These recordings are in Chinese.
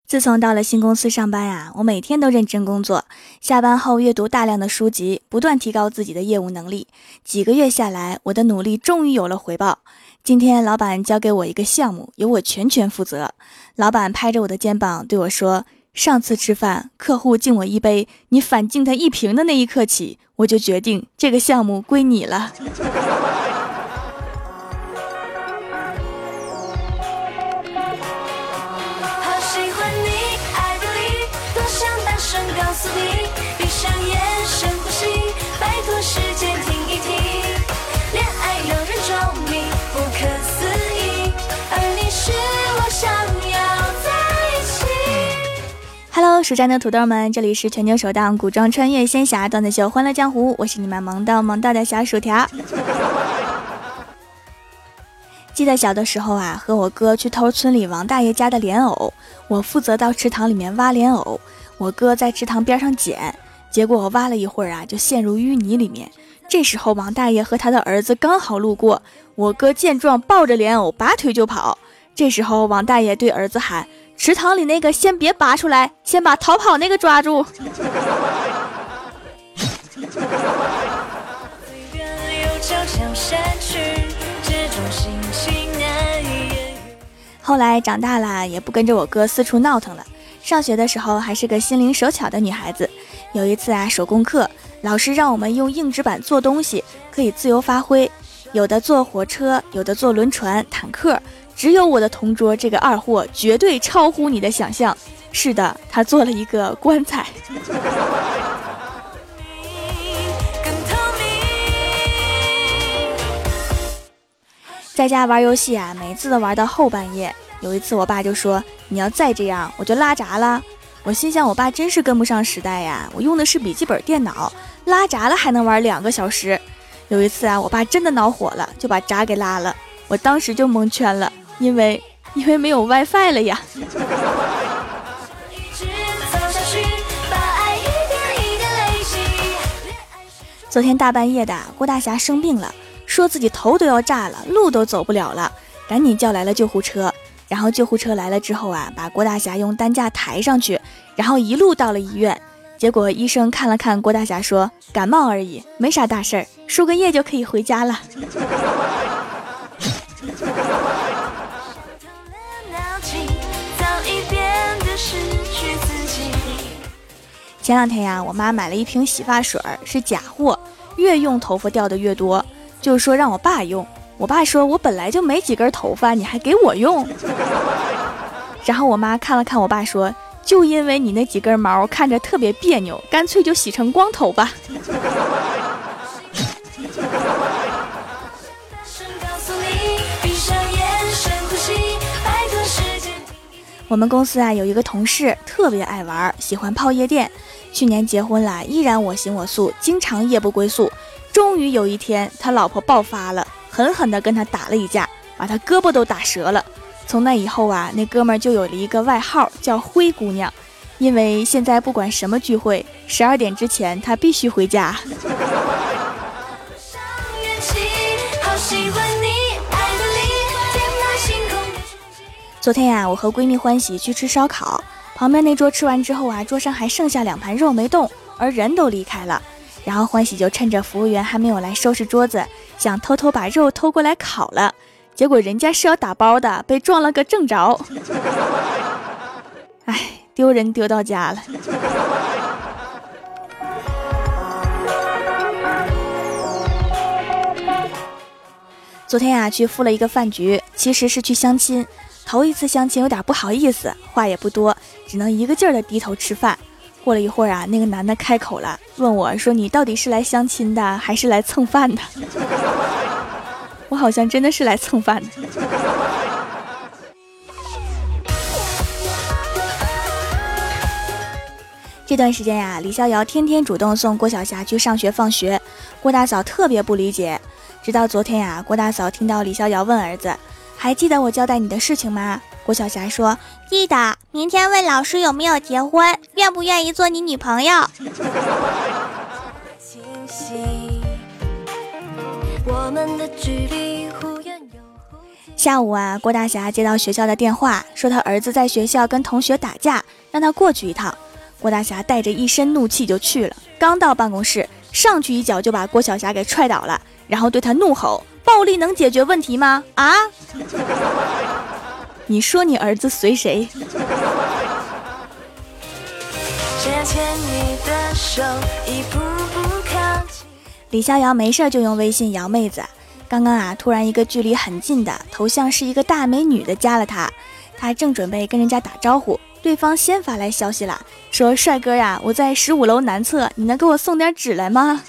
自从到了新公司上班呀，我每天都认真工作，下班后阅读大量的书籍，不断提高自己的业务能力。几个月下来，我的努力终于有了回报。今天老板交给我一个项目，由我全权负责。老板拍着我的肩膀对我说，上次吃饭客户敬我一杯，你反敬他一瓶的那一刻起，我就决定这个项目归你了。 告诉你，闭上眼深呼吸，拜托时间停一停，恋爱让人着迷，不可思议，而你是我想要在一起。 Hello， 蜀山的土豆们，这里是全球首档古装穿越仙侠段子秀欢乐江湖，我是你们萌到的小薯条。记得小的时候啊，和我哥去偷村里王大爷家的莲藕，我负责到池塘里面挖莲藕，我哥在池塘边上捡，结果我挖了一会儿啊，就陷入淤泥里面。这时候王大爷和他的儿子刚好路过，我哥见状抱着莲藕拔腿就跑。这时候王大爷对儿子喊，池塘里那个先别拔出来，先把逃跑那个抓住。后来长大了，也不跟着我哥四处闹腾了。上学的时候还是个心灵手巧的女孩子。有一次啊，手工课，老师让我们用硬纸板做东西，可以自由发挥。有的做火车，有的做轮船、坦克，只有我的同桌这个二货绝对超乎你的想象。是的，他做了一个棺材。在家玩游戏啊，每次都玩到后半夜。有一次我爸就说，你要再这样我就拉闸了。我心想，我爸真是跟不上时代呀，我用的是笔记本电脑，拉闸了还能玩2个小时。有一次啊，我爸真的恼火了，就把闸给拉了，我当时就蒙圈了，因为没有 WiFi 了呀。昨天大半夜的，郭大侠生病了，说自己头都要炸了，路都走不了了，赶紧叫来了救护车。然后救护车来了之后啊，把郭大侠用担架抬上去，然后一路到了医院。结果医生看了看郭大侠说，感冒而已，没啥大事儿，输个液就可以回家了。前两天呀，我妈买了一瓶洗发水，是假货，越用头发掉的越多，就说让我爸用。我爸说，我本来就没几根头发，你还给我用。然后我妈看了看我爸说，就因为你那几根毛看着特别别扭，干脆就洗成光头吧。我们公司啊有一个同事特别爱玩，喜欢泡夜店，去年结婚了，依然我行我素，经常夜不归宿。终于有一天他老婆爆发了，狠狠地跟他打了一架，把他胳膊都打折了。从那以后啊，那哥们儿就有了一个外号叫灰姑娘，因为现在不管什么聚会，12点之前他必须回家。昨天呀，我和闺蜜欢喜去吃烧烤，旁边那桌吃完之后啊，桌上还剩下2盘肉没动，而人都离开了。然后欢喜就趁着服务员还没有来收拾桌子，想偷偷把肉偷过来烤了，结果人家是要打包的，被撞了个正着。哎，丢人丢到家了。昨天呀，去赴了一个饭局，其实是去相亲。头一次相亲有点不好意思，话也不多，只能一个劲儿的低头吃饭。过了一会儿啊，那个男的开口了，问我说，你到底是来相亲的还是来蹭饭的？我好像真的是来蹭饭的。这段时间呀，李逍遥天天主动送郭晓霞去上学放学，郭大嫂特别不理解。直到昨天呀，郭大嫂听到李逍遥问儿子，还记得我交代你的事情吗？郭晓霞说， 记得，明天问老师有没有结婚，愿不愿意做你女朋友。 下午啊，郭大侠接到学校的电话，说他儿子在学校跟同学打架，让他过去一趟。郭大侠带着一身怒气就去了，刚到办公室，上去一脚就把郭小侠给踹倒了，然后对他怒吼：暴力能解决问题吗？啊？你说你儿子随谁？李逍遥没事就用微信摇妹子，刚刚啊，突然一个距离很近的头像是一个大美女的加了他，他正准备跟人家打招呼，对方先发来消息了，说帅哥呀，我在15楼南侧，你能给我送点纸来吗？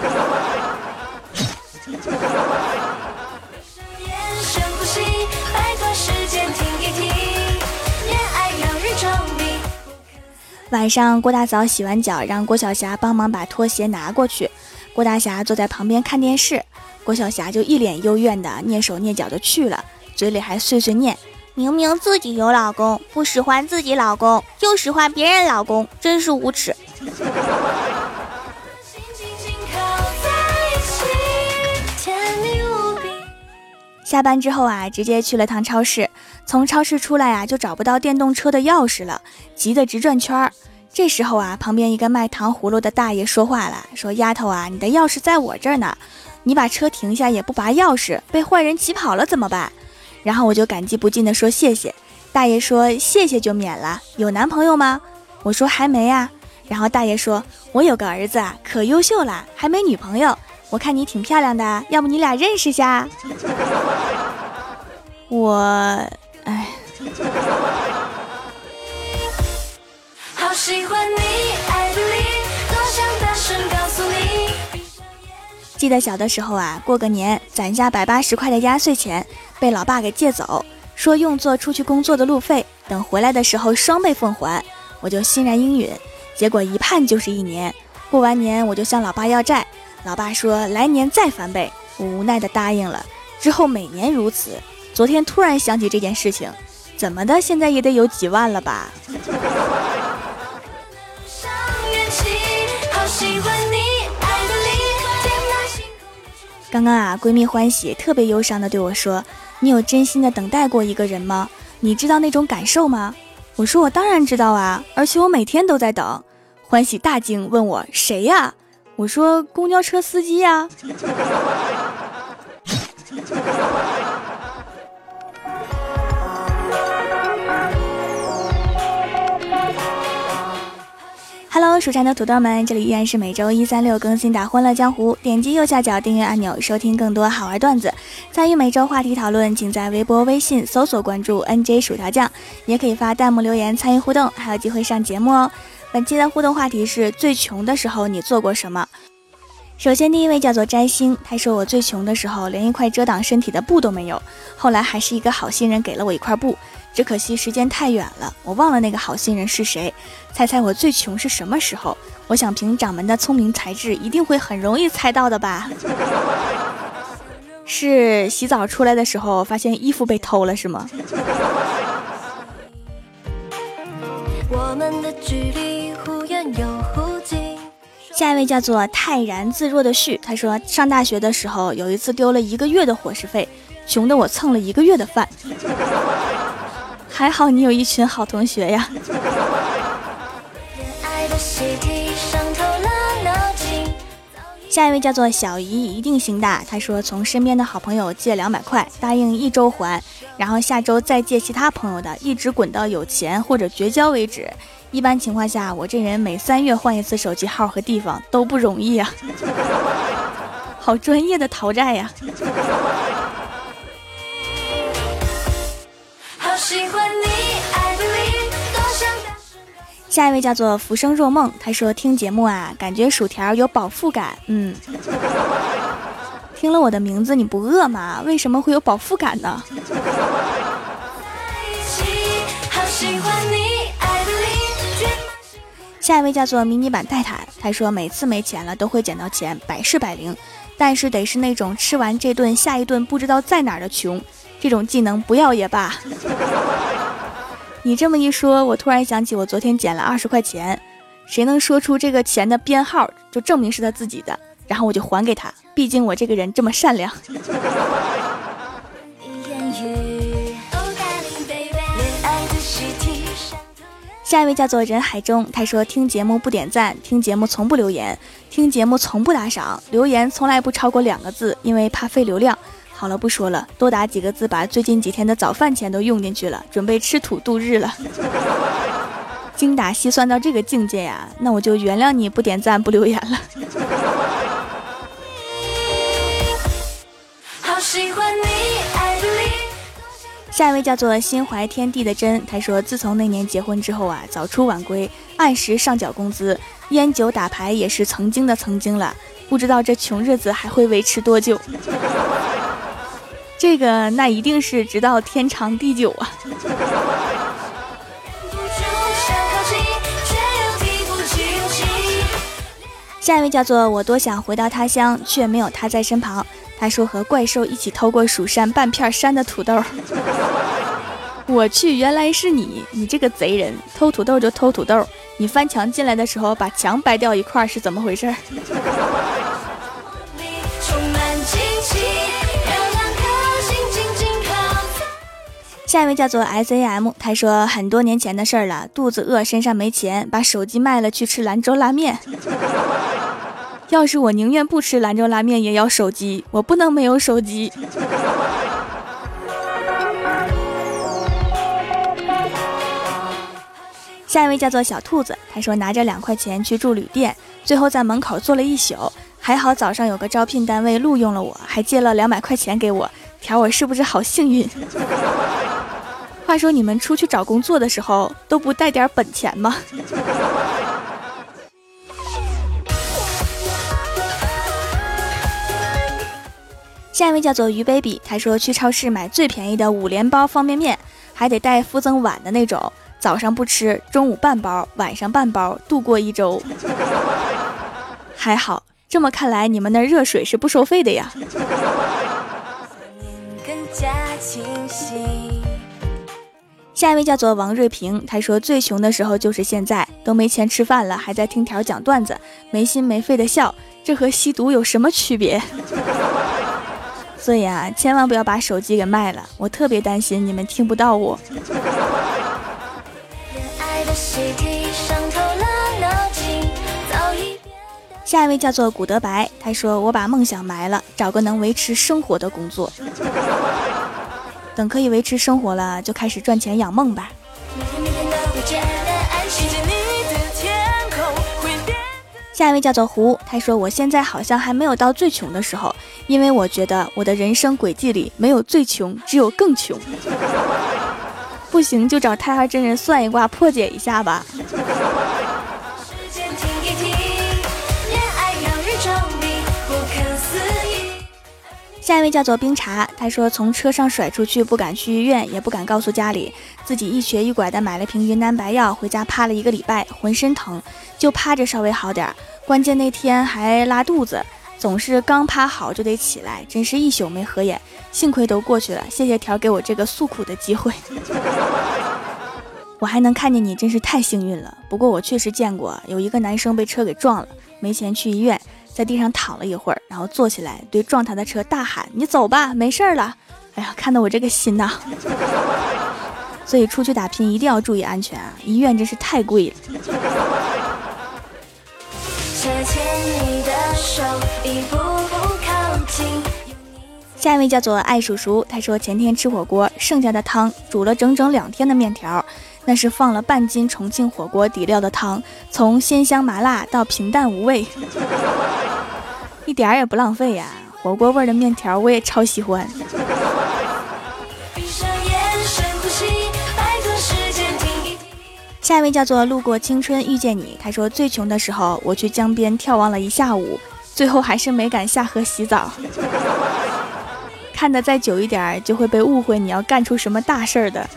晚上郭大嫂洗完脚，让郭晓霞帮忙把拖鞋拿过去。郭大侠坐在旁边看电视，郭晓霞就一脸幽怨的蹑手蹑脚就去了，嘴里还碎碎念： 明明自己有老公，不使唤自己老公，就使唤别人老公，真是无耻。 下班之后啊，直接去了趟超市，从超市出来啊，就找不到电动车的钥匙了，急得直转圈儿。这时候啊，旁边一个卖糖葫芦的大爷说话了，说丫头啊，你的钥匙在我这儿呢，你把车停下也不拔钥匙，被坏人骑跑了怎么办？然后我就感激不尽的说谢谢。大爷说谢谢就免了，有男朋友吗？我说还没啊。然后大爷说，我有个儿子啊，可优秀了，还没女朋友，我看你挺漂亮的，要不你俩认识下？好喜欢你，爱的力，多想大声告诉你。记得小的时候啊，过个年攒下180块的压岁钱，被老爸给借走，说用作出去工作的路费，等回来的时候双倍奉还，我就欣然应允。结果一判就是1年，过完年我就向老爸要债，老爸说来年再翻倍，我无奈的答应了。之后每年如此，昨天突然想起这件事情，怎么的现在也得有几万了吧。刚刚啊，闺蜜欢喜特别忧伤的对我说，你有真心的等待过一个人吗？你知道那种感受吗？我说我当然知道啊，而且我每天都在等。欢喜大惊问我谁呀？我说公交车司机呀。Hello， 蜀山的土豆们，这里依然是每周1、3、6更新的欢乐江湖。点击右下角订阅按钮，收听更多好玩段子。参与每周话题讨论，请在微博、微信搜索关注 NJ 薯条酱，也可以发弹幕留言参与互动，还有机会上节目哦。本期的互动话题是最穷的时候你做过什么？首先第一位叫做摘星，他说我最穷的时候连一块遮挡身体的布都没有，后来还是一个好心人给了我一块布，只可惜时间太远了，我忘了那个好心人是谁。猜猜我最穷是什么时候？我想凭掌门的聪明才智一定会很容易猜到的吧。是洗澡出来的时候发现衣服被偷了是吗？我们的距离忽远又忽近。下一位叫做泰然自若的旭，他说上大学的时候有一次丢了1个月的伙食费，穷得我蹭了1个月的饭。还好你有一群好同学呀。下一位叫做小姨一定心大，他说从身边的好朋友借200块，答应1周还，然后下周再借其他朋友的，一直滚到有钱或者绝交为止。一般情况下，我这人每3月换一次手机号和地方都不容易啊。好专业的讨债呀。好喜欢你爱的力，多想大声。下一位叫做浮生若梦，他说听节目啊，感觉薯条有饱腹感。听了我的名字你不饿吗？为什么会有饱腹感呢？下一位叫做迷你版泰坦，他说每次没钱了都会捡到钱，百试百灵，但是得是那种吃完这顿下一顿不知道在哪儿的穷，这种技能不要也罢。你这么一说，我突然想起我昨天捡了20块钱，谁能说出这个钱的编号，就证明是他自己的，然后我就还给他，毕竟我这个人这么善良。言语下一位叫做人海中，他说听节目不点赞，听节目从不留言，听节目从不打赏，留言从来不超过2个字，因为怕费流量。好了，不说了，多打几个字把最近几天的早饭钱都用进去了，准备吃土度日了。精打细算到这个境界呀，那我就原谅你不点赞不留言了。 好喜欢你爱的力。 下一位叫做心怀天地的真，他说自从那年结婚之后啊，早出晚归，按时上缴工资，烟酒打牌也是曾经的曾经了，不知道这穷日子还会维持多久。这个那一定是直到天长地久啊。下一位叫做我多想回到他乡，却没有他在身旁。他说和怪兽一起偷过蜀山半片山的土豆。我去，原来是你这个贼人，偷土豆就偷土豆，你翻墙进来的时候把墙掰掉一块是怎么回事？下一位叫做 SAM， 他说很多年前的事儿了，肚子饿身上没钱，把手机卖了去吃兰州拉面。要是我宁愿不吃兰州拉面也要手机，我不能没有手机。下一位叫做小兔子，他说拿着2块钱去住旅店，最后在门口坐了一宿，还好早上有个招聘单位录用了我，还借了200块钱给我，条我是不是好幸运？话说你们出去找工作的时候都不带点本钱吗？下一位叫做鱼 baby， 他说去超市买最便宜的5连包方便面，还得带附赠碗的那种，早上不吃，中午半包，晚上半包，度过1周。还好，这么看来你们那热水是不收费的呀。下一位叫做王瑞平，他说最穷的时候就是现在，都没钱吃饭了，还在听条讲段子，没心没肺的笑，这和吸毒有什么区别？所以啊，千万不要把手机给卖了，我特别担心你们听不到我。下一位叫做古德白，他说我把梦想埋了，找个能维持生活的工作。等可以维持生活了，就开始赚钱养梦吧。下一位叫做胡，他说我现在好像还没有到最穷的时候，因为我觉得我的人生轨迹里没有最穷，只有更穷。不行就找太二真人算一卦破解一下吧。下一位叫做冰茶，他说从车上甩出去，不敢去医院，也不敢告诉家里，自己一瘸一拐的买了瓶云南白药，回家趴了1个礼拜，浑身疼，就趴着稍微好点，关键那天还拉肚子，总是刚趴好就得起来，真是一宿没合眼，幸亏都过去了，谢谢条给我这个诉苦的机会。我还能看见你真是太幸运了，不过我确实见过有一个男生被车给撞了，没钱去医院，在地上躺了一会儿，然后坐起来对撞他的车大喊，你走吧，没事了。哎呀，看得我这个心呐。所以出去打拼一定要注意安全啊，医院真是太贵了。下一位叫做爱叔叔，他说前天吃火锅，剩下的汤煮了整整2天的面条，那是放了半斤重庆火锅底料的汤，从鲜香麻辣到平淡无味，一点也不浪费呀。火锅味的面条我也超喜欢。下一位叫做路过青春遇见你，他说最穷的时候我去江边眺望了一下午，最后还是没敢下河洗澡。看得再久一点就会被误会你要干出什么大事儿的。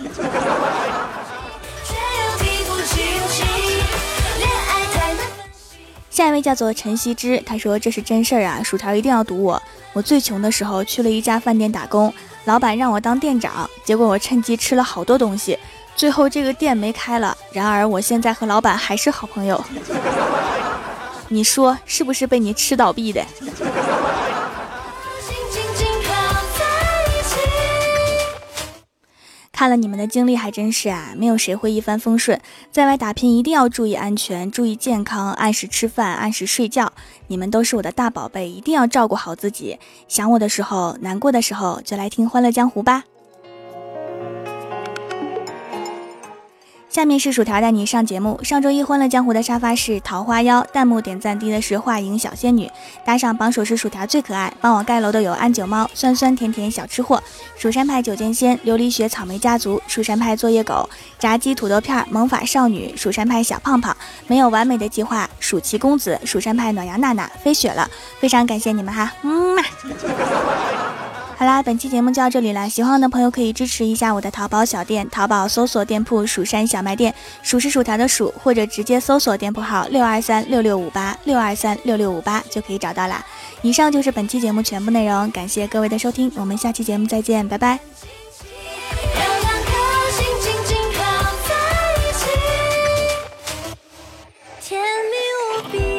下一位叫做陈希之，他说这是真事儿啊，薯条一定要赌我。我最穷的时候去了一家饭店打工，老板让我当店长，结果我趁机吃了好多东西，最后这个店没开了，然而我现在和老板还是好朋友。你说是不是被你吃倒闭的？ 看了你们的经历还真是啊，没有谁会一帆风顺，在外打拼一定要注意安全，注意健康，按时吃饭，按时睡觉。你们都是我的大宝贝，一定要照顾好自己。想我的时候，难过的时候，就来听《欢乐江湖》吧。下面是薯条带你上节目。上周一欢乐江湖的沙发是桃花妖，弹幕点赞低的是画影小仙女，打赏榜首是薯条最可爱，帮我盖楼的有安九猫、酸酸甜甜小吃货、蜀山派九剑仙、琉璃雪草莓家族、蜀山派作业狗、炸鸡土豆片、萌法少女、蜀山派小胖胖、没有完美的计划、蜀奇公子、蜀山派暖阳娜娜、飞雪了，非常感谢你们哈，好啦，本期节目就到这里了。喜欢我的朋友可以支持一下我的淘宝小店，淘宝搜索店铺蜀山小卖店，蜀是薯条的蜀，或者直接搜索店铺号6236658，6236658就可以找到啦。以上就是本期节目全部内容，感谢各位的收听，我们下期节目再见，拜拜。 让两颗心紧紧靠在一起，甜蜜无比。